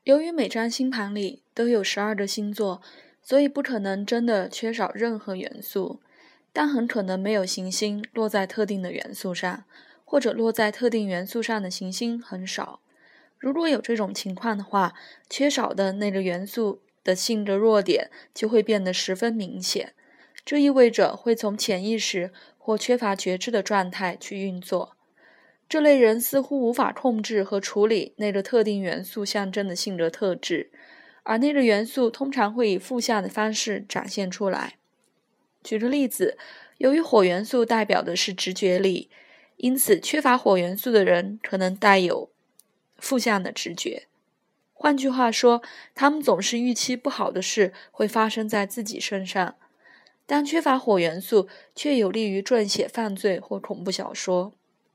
由于每张星盘里都有12个星座，所以不可能真的缺少任何元素，但很可能没有行星落在特定的元素上，或者落在特定元素上的行星很少。如果有这种情况的话，缺少的那个元素的性格弱点就会变得十分明显，这意味着会从潜意识或缺乏觉知的状态去运作。这类人似乎无法控制和处理那个特定元素象征的性格特质，而那个元素通常会以负向的方式展现出来。举个例子，由于火元素代表的是直觉力，因此缺乏火元素的人可能带有负向的直觉。换句话说，他们总是预期不好的事会发生在自己身上，但缺乏火元素却有利于撰写犯罪或恐怖小说。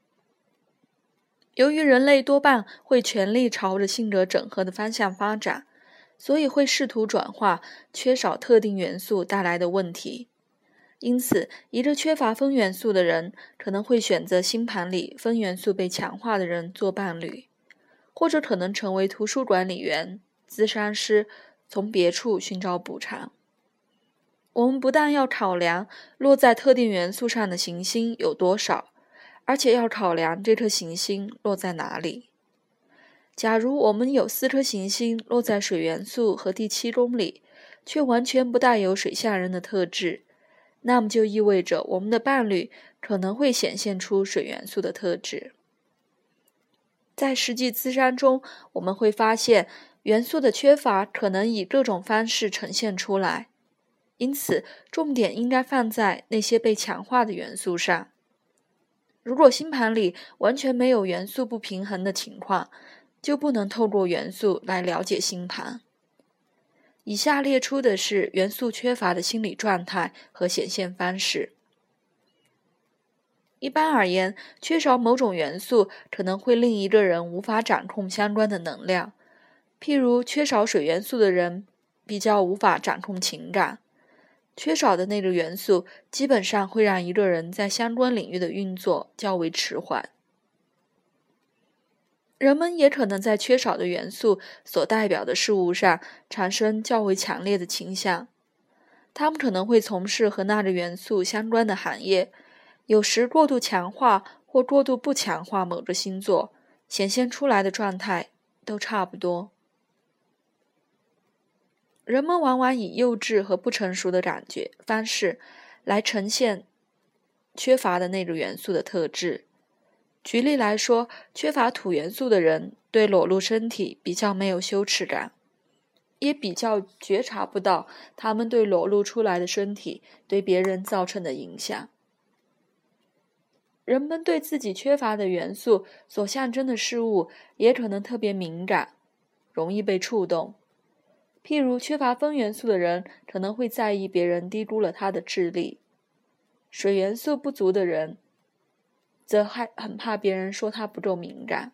由于人类多半会全力朝着性格整合的方向发展，所以会试图转化缺少特定元素带来的问题。因此，一个缺乏风元素的人可能会选择星盘里风元素被强化的人做伴侣，或者可能成为图书管理员、咨商师，从别处寻找补偿。我们不但要考量落在特定元素上的行星有多少，而且要考量这颗行星落在哪里。假如我们有4颗行星落在水元素和第7宫里，却完全不带有水象人的特质，那么就意味着我们的伴侣可能会显现出水元素的特质。在实际咨商中，我们会发现元素的缺乏可能以各种方式呈现出来，因此重点应该放在那些被强化的元素上。如果星盘里完全没有元素不平衡的情况，就不能透过元素来了解星盘。以下列出的是元素缺乏的心理状态和显现方式。一般而言，缺少某种元素可能会令一个人无法掌控相关的能量，譬如缺少水元素的人比较无法掌控情感。缺少的那个元素基本上会让一个人在相关领域的运作较为迟缓。人们也可能在缺少的元素所代表的事物上产生较为强烈的倾向，他们可能会从事和那个元素相关的行业，有时过度强化或过度不强化某个星座，显现出来的状态都差不多。人们往往以幼稚和不成熟的感觉方式来呈现缺乏的那个元素的特质。举例来说，缺乏土元素的人对裸露身体比较没有羞耻感，也比较觉察不到他们对裸露出来的身体对别人造成的影响。人们对自己缺乏的元素所象征的事物也可能特别敏感，容易被触动。譬如缺乏风元素的人可能会在意别人低估了他的智力，水元素不足的人则还很怕别人说他不够敏感。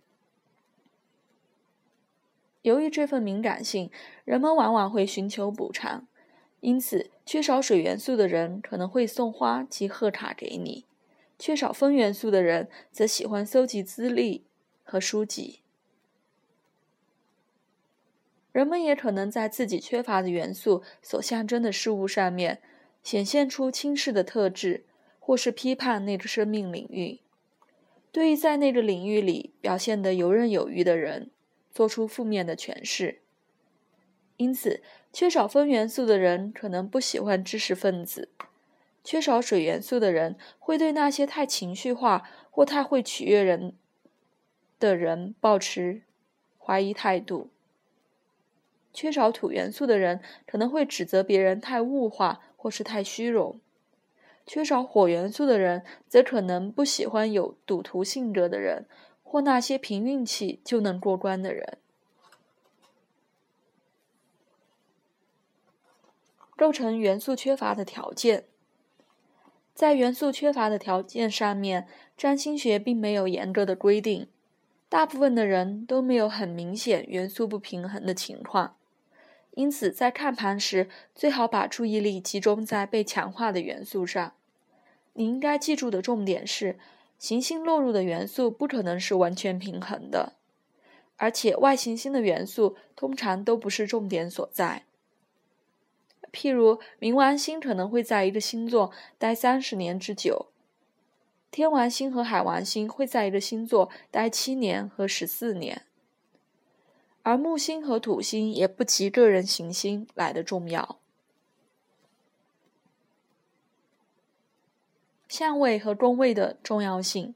由于这份敏感性，人们往往会寻求补偿，因此缺少水元素的人可能会送花及贺卡给你，缺少风元素的人则喜欢搜集资历和书籍。人们也可能在自己缺乏的元素所象征的事物上面显现出轻视的特质，或是批判那个生命领域。对于在那个领域里表现得游刃有余的人，做出负面的诠释。因此，缺少风元素的人可能不喜欢知识分子，缺少水元素的人会对那些太情绪化或太会取悦人的人抱持怀疑态度。缺少土元素的人可能会指责别人太物化或是太虚荣。缺少火元素的人则可能不喜欢有赌徒性格的人，或那些凭运气就能过关的人。构成元素缺乏的条件。在元素缺乏的条件上面，占星学并没有严格的规定，大部分的人都没有很明显元素不平衡的情况。因此，在看盘时，最好把注意力集中在被强化的元素上。你应该记住的重点是，行星落入的元素不可能是完全平衡的， 而且外行星的元素通常都不是重点所在。譬如冥王星可能会在一个星座待30年之久，天王星和海王星会在一个星座待7年和14年，而木星和土星也不及个人行星来的重要。相位和宫位的重要性，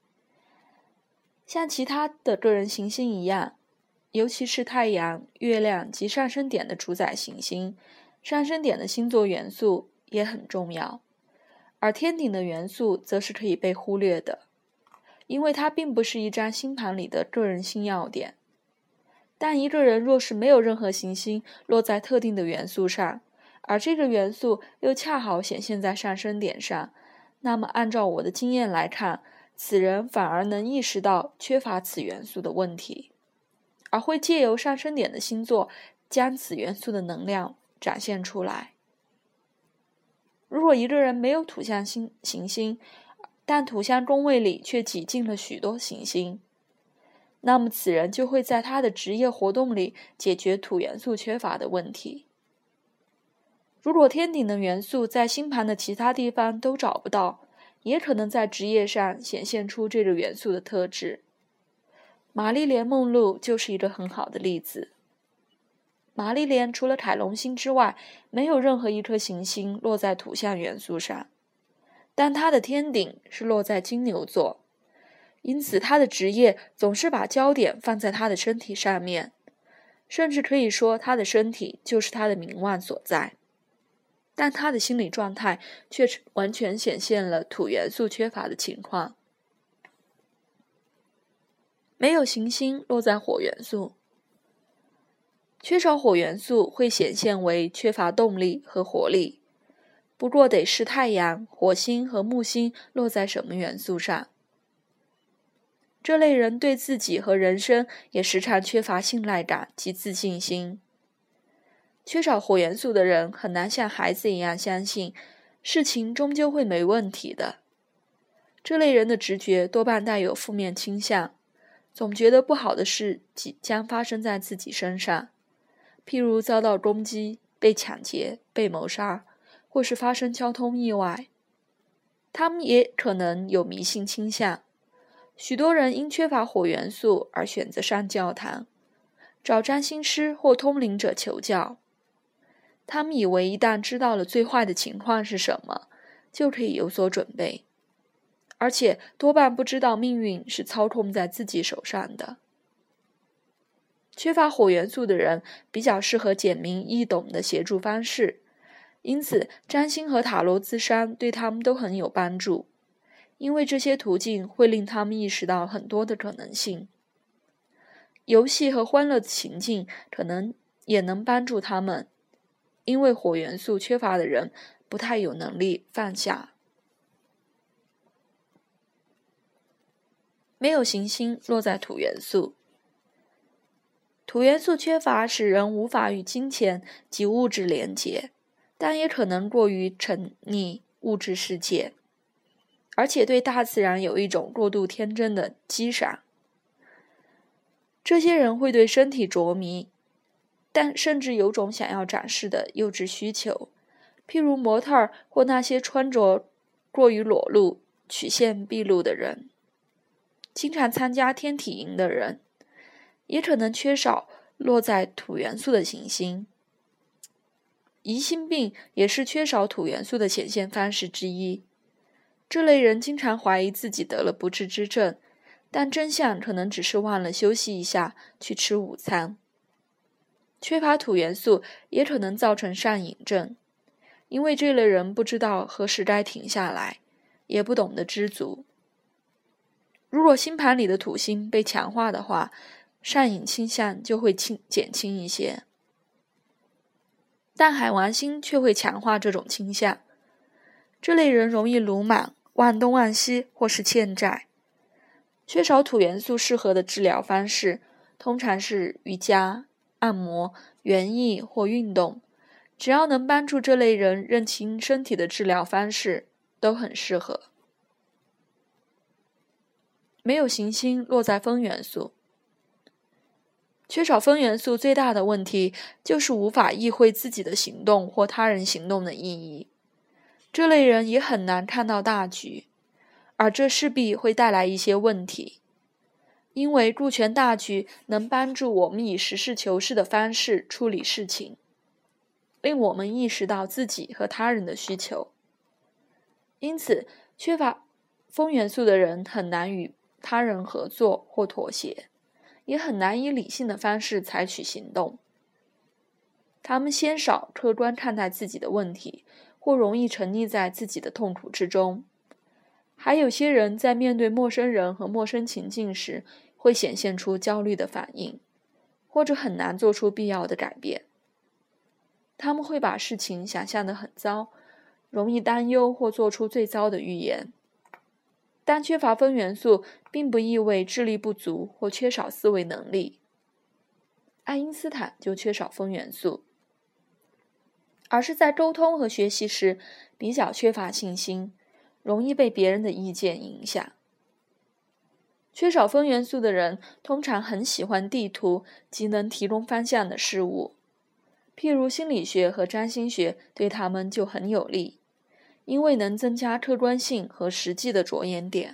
像其他的个人行星一样，尤其是太阳、月亮及上升点的主宰行星，上升点的星座元素也很重要，而天顶的元素则是可以被忽略的，因为它并不是一张星盘里的个人星要点。但一个人若是没有任何行星落在特定的元素上，而这个元素又恰好显现在上升点上，那么按照我的经验来看，此人反而能意识到缺乏此元素的问题，而会借由上升点的星座将此元素的能量展现出来。如果一个人没有土象行星，但土象宫位里却挤进了许多行星，那么此人就会在他的职业活动里解决土元素缺乏的问题。如果天顶的元素在星盘的其他地方都找不到，也可能在职业上显现出这个元素的特质。玛丽莲·梦露就是一个很好的例子。玛丽莲除了凯龙星之外，没有任何一颗行星落在土象元素上，但她的天顶是落在金牛座，因此她的职业总是把焦点放在她的身体上面，甚至可以说她的身体就是她的名望所在。但她的心理状态却完全显现了土元素缺乏的情况。没有行星落在火元素，缺少火元素会显现为缺乏动力和活力，不过得是太阳、火星和木星落在什么元素上。这类人对自己和人生也时常缺乏信赖感及自信心。缺少火元素的人很难像孩子一样相信事情终究会没问题的。这类人的直觉多半带有负面倾向，总觉得不好的事即将发生在自己身上，譬如遭到攻击、被抢劫、被谋杀，或是发生交通意外。他们也可能有迷信倾向，许多人因缺乏火元素而选择上教堂，找占星师或通灵者求教。他们以为一旦知道了最坏的情况是什么，就可以有所准备，而且多半不知道命运是操控在自己手上的。缺乏火元素的人比较适合简明易懂的协助方式，因此占星和塔罗咨商对他们都很有帮助，因为这些途径会令他们意识到很多的可能性。游戏和欢乐的情境可能也能帮助他们，因为火元素缺乏的人不太有能力放下。没有行星落在土元素，土元素缺乏使人无法与金钱及物质连结，但也可能过于沉溺物质世界，而且对大自然有一种过度天真的激赏。这些人会对身体着迷，但甚至有种想要展示的幼稚需求，譬如模特儿或那些穿着过于裸露、曲线毕露的人。经常参加天体营的人，也可能缺少落在土元素的行星。疑心病也是缺少土元素的显现方式之一。这类人经常怀疑自己得了不治之症，但真相可能只是忘了休息一下，去吃午餐。缺乏土元素也可能造成上瘾症，因为这类人不知道何时该停下来，也不懂得知足。如果星盘里的土星被强化的话，上瘾倾向就会减轻一些。但海王星却会强化这种倾向。这类人容易鲁莽、忘东忘西或是欠债。缺少土元素适合的治疗方式通常是瑜伽、按摩、园艺或运动，只要能帮助这类人认清身体的治疗方式，都很适合。没有行星落在风元素， 缺少风元素最大的问题就是无法意会自己的行动或他人行动的意义。这类人也很难看到大局，而这势必会带来一些问题。因为顾全大局能帮助我们以实事求是的方式处理事情，令我们意识到自己和他人的需求。因此，缺乏风元素的人很难与他人合作或妥协，也很难以理性的方式采取行动。他们鲜少客观看待自己的问题，或容易沉溺在自己的痛苦之中。还有些人在面对陌生人和陌生情境时，会显现出焦虑的反应，或者很难做出必要的改变。他们会把事情想象得很糟，容易担忧或做出最糟的预言。但缺乏风元素并不意味智力不足或缺少思维能力。爱因斯坦就缺少风元素，而是在沟通和学习时比较缺乏信心，容易被别人的意见影响。缺少风元素的人通常很喜欢地图及能提供方向的事物，譬如心理学和占星学对他们就很有利，因为能增加客观性和实际的着眼点。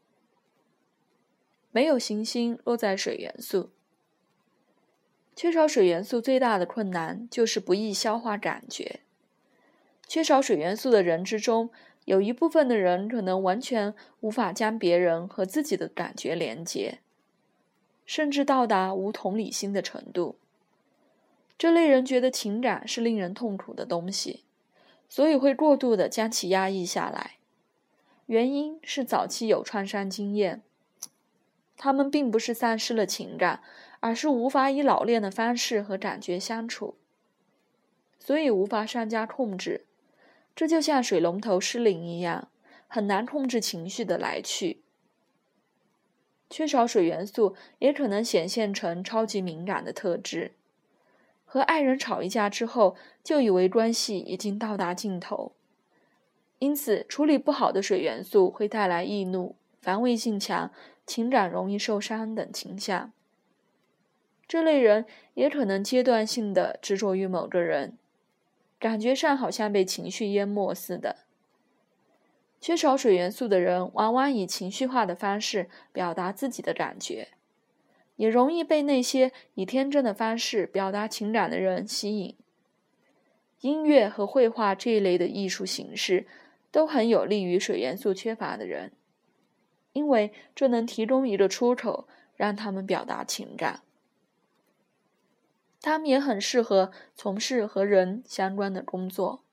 没有行星落在水元素。缺少水元素最大的困难就是不易消化感觉。缺少水元素的人之中，有一部分的人可能完全无法将别人和自己的感觉连结，甚至到达无同理心的程度。这类人觉得情感是令人痛苦的东西，所以会过度地将其压抑下来。原因是早期有创伤经验，他们并不是丧失了情感，而是无法以老练的方式和感觉相处，所以无法善加控制。这就像水龙头失灵一样，很难控制情绪的来去。缺少水元素也可能显现成超级敏感的特质。和爱人吵一架之后，就以为关系已经到达尽头。因此，处理不好的水元素会带来易怒、防卫性强、情感容易受伤等倾向。这类人也可能阶段性的执着于某个人，感觉上好像被情绪淹没似的。缺少水元素的人往往以情绪化的方式表达自己的感觉，也容易被那些以天真的方式表达情感的人吸引。音乐和绘画这一类的艺术形式都很有利于水元素缺乏的人，因为这能提供一个出口，让他们表达情感。他们也很适合从事和人相关的工作。